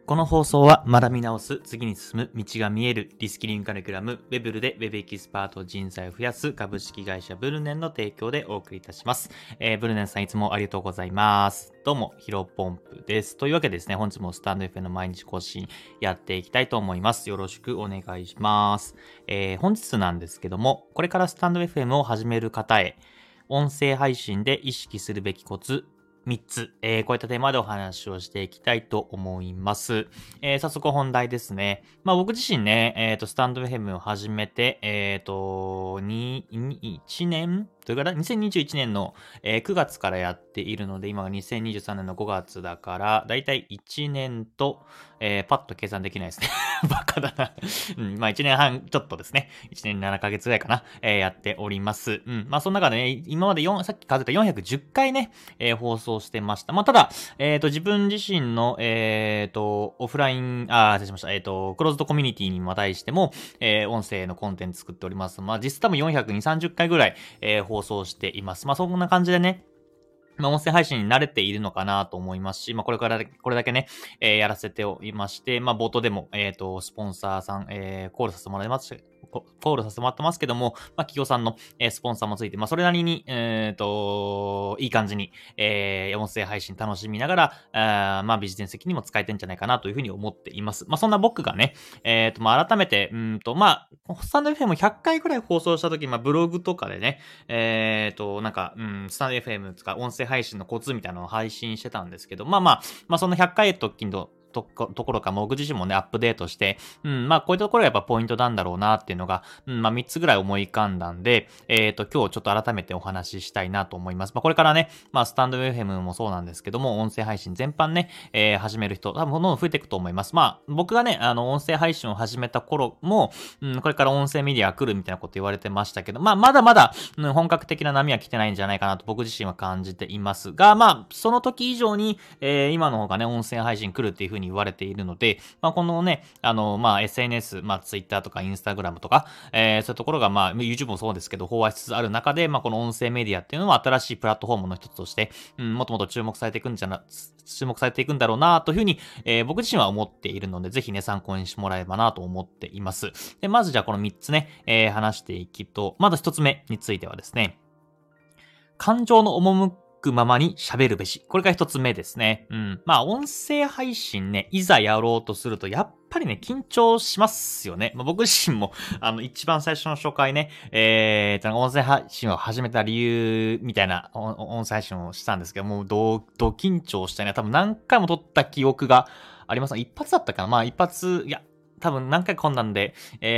この放送は学び直す、次に進む、道が見える、リスキリングカリキュラム、ウェブルでウェブエキスパート人材を増やす株式会社ブルネンの提供でお送りいたします。ブルネンさんいつもありがとうございます。どうも、ヒロポンプです。というわけでですね、本日もスタンド FM の毎日更新やっていきたいと思います。よろしくお願いします。本日なんですけども、これからスタンド FM を始める方へ、音声配信で意識するべきコツ、3つ、こういったテーマでお話をしていきたいと思います。早速本題ですね。僕自身ね、スタンド FM を始めて、1年というか、2021年の、9月からやっているので、今が2023年の5月だから、だいたい1年と、パッと計算できないですね。バカだな。1年半ちょっとですね。1年7ヶ月ぐらいかな。やっております。その中でね、今までさっき数えた410回ね、放送してました。ただ、自分自身の、オフライン、失礼しました。クローズドコミュニティにも対しても、音声のコンテンツ作っております。実質多分420、30回ぐらい、放送しています。そんな感じでね、音声配信に慣れているのかなと思いますし、これだけね、やらせておりまして、冒頭でも、スポンサーさん、コールさせてもらいます。コールさせてもらってますけども、企業さんの、スポンサーもついて、それなりに、いい感じに、音声配信楽しみながら、ビジネス的にも使えてんじゃないかなというふうに思っています。そんな僕がね、改めて、スタンド FM 100回ぐらい放送したとき、ブログとかでね、スタンド FM 使う音声配信のコツみたいなのを配信してたんですけど、その100回のところか、僕自身もね、アップデートして、こういうところがやっぱポイントなんだろうなっていうのが、3つぐらい思い浮かんだんで、今日ちょっと改めてお話ししたいなと思います。これからね、スタンド FM もそうなんですけども、音声配信全般ね、始める人、多分どんどん増えていくと思います。僕がね、音声配信を始めた頃も、これから音声メディア来るみたいなこと言われてましたけど、まだまだ、本格的な波は来てないんじゃないかなと僕自身は感じていますが、その時以上に、今の方がね、音声配信来るっていう風に言われているので、このね、SNS、Twitter とか Instagram とか、そういうところが、YouTube もそうですけど、飽和しつつある中で、この音声メディアっていうのは新しいプラットフォームの一つとして、もっともっと注目されていくんだろうなという風に、僕自身は思っているので、ぜひね、参考にしてもらえればなと思っています。で、まずじゃあこの3つね、話していくと、まず1つ目についてはですね、感情の赴くままに喋るべし。これが一つ目ですね。音声配信ね、いざやろうとすると、やっぱりね、緊張しますよね。僕自身も、一番最初の初回ね、音声配信を始めた理由みたいな音声配信をしたんですけども、ド緊張したね。多分何回も撮った記憶があります。一発だったかな、一発、いや、多分何回こんなんで、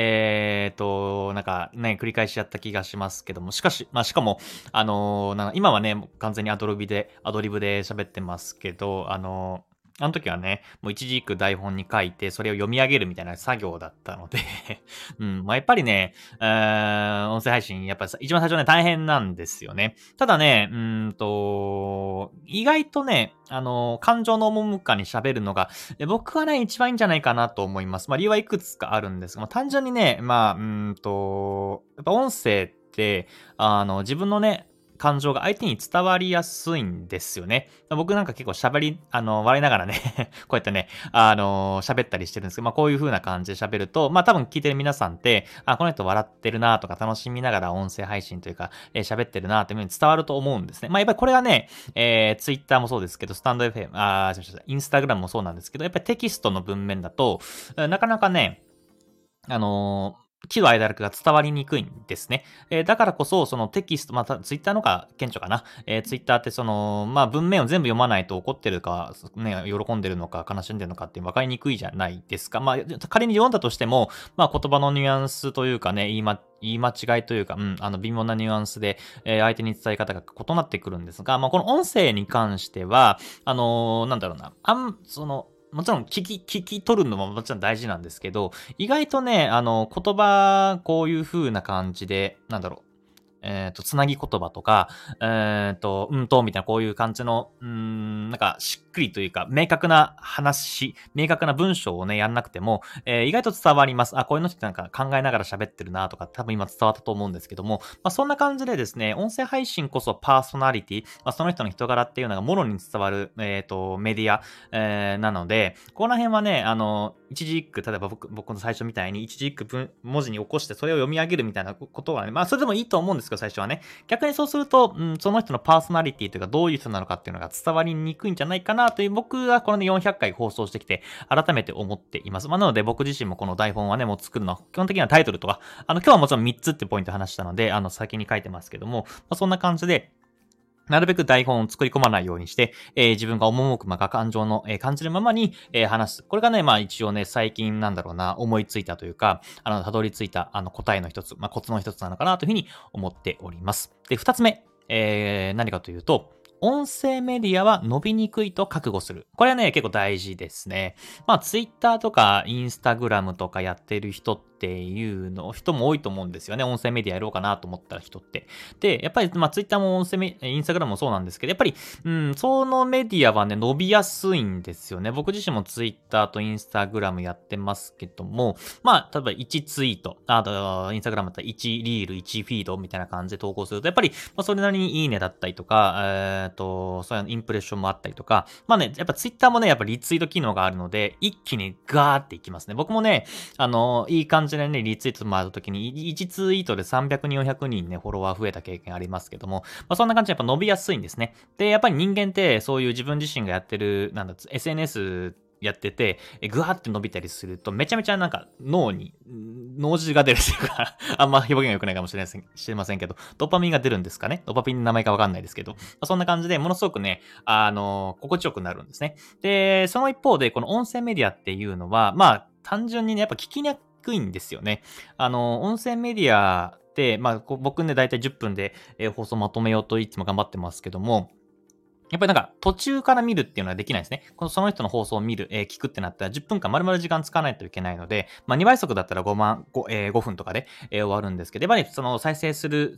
繰り返しやった気がしますけども、しかも、今はね、完全にアドリブで喋ってますけど、あの時はね、もう一字一句台本に書いて、それを読み上げるみたいな作業だったのでやっぱりね、音声配信、やっぱり一番最初ね、大変なんですよね。ただね、意外とね、感情の赴くかに喋るのが、僕はね、一番いいんじゃないかなと思います。理由はいくつかあるんですが、単純にね、やっぱ音声って、自分のね、感情が相手に伝わりやすいんですよね。僕なんか結構笑いながらねこうやってね、喋ったりしてるんですけど、こういう風な感じで喋ると、多分聞いてる皆さんって、この人笑ってるなとか楽しみながら音声配信というか、喋ってるなという風に伝わると思うんですね。やっぱりこれはね、Twitter もそうですけど、スタンド FM、Instagram もそうなんですけど、やっぱりテキストの文面だと、なかなかね、喜怒哀楽が伝わりにくいんですね。だからこそ、そのテキスト、ツイッターのが顕著かな。ツイッターって文面を全部読まないと怒ってるか、ね、喜んでるのか、悲しんでるのかって分かりにくいじゃないですか。仮に読んだとしても、言葉のニュアンスというかね、言い間違いというか、微妙なニュアンスで、相手に伝え方が異なってくるんですが、この音声に関しては、もちろん聞き取るのももちろん大事なんですけど、意外とね、言葉、こういう風な感じで、 つなぎ言葉とか、みたいなこういう感じの、なんかしっくりというか、明確な文章をね、やんなくても、意外と伝わります。あ、こういうのってなんか考えながら喋ってるなとか、多分今伝わったと思うんですけども、そんな感じでですね、音声配信こそパーソナリティ、その人の人柄っていうのがもろに伝わる、メディア、なので、この辺はね、一字一句、例えば僕の最初みたいに一字一句文字に起こしてそれを読み上げるみたいなことはね、それでもいいと思うんですけど、最初はね。逆にそうすると、その人のパーソナリティというか、どういう人なのかっていうのが伝わりにくいんじゃないかなという、僕はこのね、400回放送してきて、改めて思っています。なので僕自身もこの台本はね、もう作るのは、基本的にはタイトルとか、今日はもちろん3つってポイント話したので、先に書いてますけども、そんな感じで、なるべく台本を作り込まないようにして、自分が赴く感情の、感じるままに、話す。これがね、一応ね、最近思いついたというか、たどり着いた、答えの一つ、コツの一つなのかなというふうに思っております。で、二つ目、何かというと、音声メディアは伸びにくいと覚悟する。これはね、結構大事ですね。ツイッターとかインスタグラムとかやってる人っていうの、人も多いと思うんですよね。音声メディアやろうかなと思ったら人って。で、やっぱり、ツイッターもインスタグラムもそうなんですけど、やっぱり、そのメディアはね、伸びやすいんですよね。僕自身もツイッターとインスタグラムやってますけども、例えば1ツイート、あと、インスタグラムだったら1リール、1フィードみたいな感じで投稿すると、やっぱり、それなりにいいねだったりとか、そういうインプレッションもあったりとか、やっぱツイッターもね、やっぱリツイート機能があるので、一気にガーっていきますね。僕もね、いい感じでね、リツイートもあるときに、1ツイートで300人、400人ね、フォロワー増えた経験ありますけども、そんな感じでやっぱ伸びやすいんですね。で、やっぱり人間ってそういう自分自身がやってる、SNS やってて、ぐわーって伸びたりすると、めちゃめちゃなんか脳汁が出るというかあんま表現が良くないかもしれませんけど、ドパミンが出るんですかね。ドパミンの名前かわかんないですけど、そんな感じでものすごくね、心地よくなるんですね。で、その一方で、この音声メディアっていうのは、単純にね、やっぱ聞きにくいんですよね。音声メディアって、僕ね、だいたい10分で、放送まとめようといつも頑張ってますけども、やっぱりなんか途中から見るっていうのはできないですね。その人の放送を見る、聞くってなったら10分間丸々時間使わないといけないので、2倍速だったら5分とかで、終わるんですけど、やっぱりその再生する、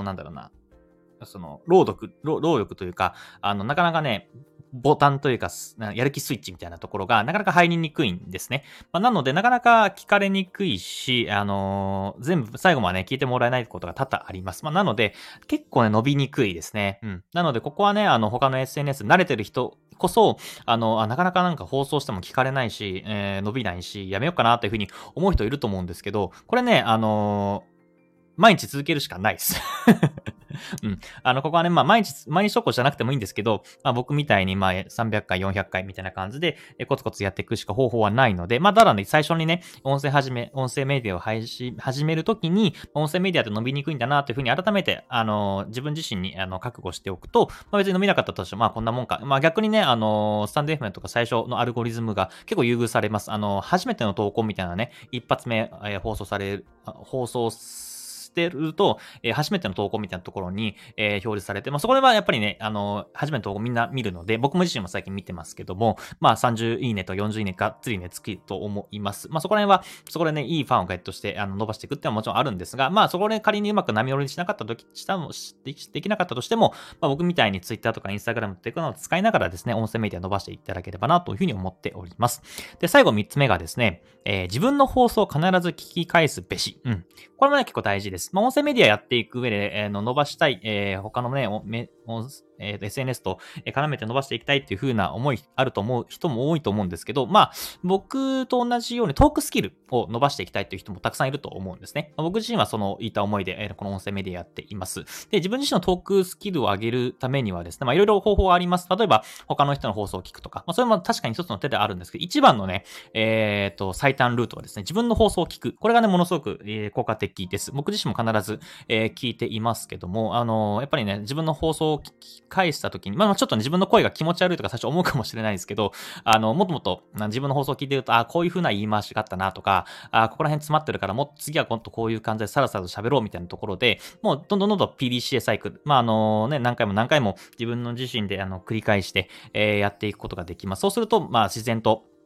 労力というか、なかなかね、ボタンというか、やる気スイッチみたいなところがなかなか入りにくいんですね。なので、なかなか聞かれにくいし、全部最後までね、聞いてもらえないことが多々あります。なので、結構ね、伸びにくいですね。なので、ここはね、他の SNS 慣れてる人こそ、なかなかなんか放送しても聞かれないし、伸びないし、やめようかなというふうに思う人いると思うんですけど、これね、毎日続けるしかないです。ここはね、毎日投稿じゃなくてもいいんですけど、僕みたいに、300回、400回みたいな感じで、コツコツやっていくしか方法はないので、ただね、最初にね、音声メディアを始めるときに、音声メディアって伸びにくいんだなというふうに改めて、自分自身に、覚悟しておくと、別に伸びなかったとしても、こんなもんか。逆にね、スタンド FM とか最初のアルゴリズムが結構優遇されます。初めての投稿みたいなね、一発目、放送してると、初めての投稿みたいなところに、表示されて、そこではやっぱりね、初めての投稿みんな見るので、僕も自身も最近見てますけども、30いいねと40いいねがっつりね、つくと思います。そこら辺は、そこでね、いいファンをゲットして、伸ばしていくっていうのはもちろんあるんですが、そこで仮にうまく波乗りしなかったできなかったとしても、僕みたいに Twitter とか Instagram っていうのを使いながらですね、音声メディア伸ばしていただければなというふうに思っております。で、最後3つ目がですね、自分の放送を必ず聞き返すべし。これもね、結構大事です。音声メディアやっていく上で、伸ばしたい、他のね、SNS と絡めて伸ばしていきたいっていう風な思いあると思う人も多いと思うんですけど、僕と同じようにトークスキルを伸ばしていきたいっていう人もたくさんいると思うんですね。僕自身はいった思いで、この音声メディアやっています。で、自分自身のトークスキルを上げるためにはですね、いろいろ方法があります。例えば、他の人の放送を聞くとか、それも確かに一つの手であるんですけど、一番のね、最短ルートはですね、自分の放送を聞く。これがね、ものすごく、効果的です。僕自身も必ず、聞いていますけども、やっぱりね、自分の放送を聞き返したときに、ちょっとね、自分の声が気持ち悪いとか最初思うかもしれないですけど、もっともっと自分の放送を聞いてると、こういう風な言い回しがあったなとか、ここら辺詰まってるから、もっと次はもっとこういう感じでさらさらと喋ろうみたいなところで、もうどんどんPDCA サイクル、何回も何回も自分の自身で繰り返して、やっていくことができます。そうすると、自然と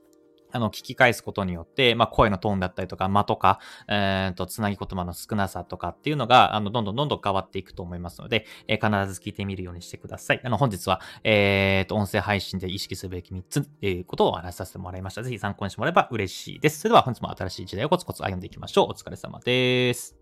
聞き返すことによって、声のトーンだったりとか、間とか、つなぎ言葉の少なさとかっていうのが、どんどん変わっていくと思いますので、必ず聞いてみるようにしてください。本日は、音声配信で意識すべき3つ、ことをお話しさせてもらいました。ぜひ参考にしてもらえば嬉しいです。それでは本日も新しい時代をコツコツ歩んでいきましょう。お疲れ様です。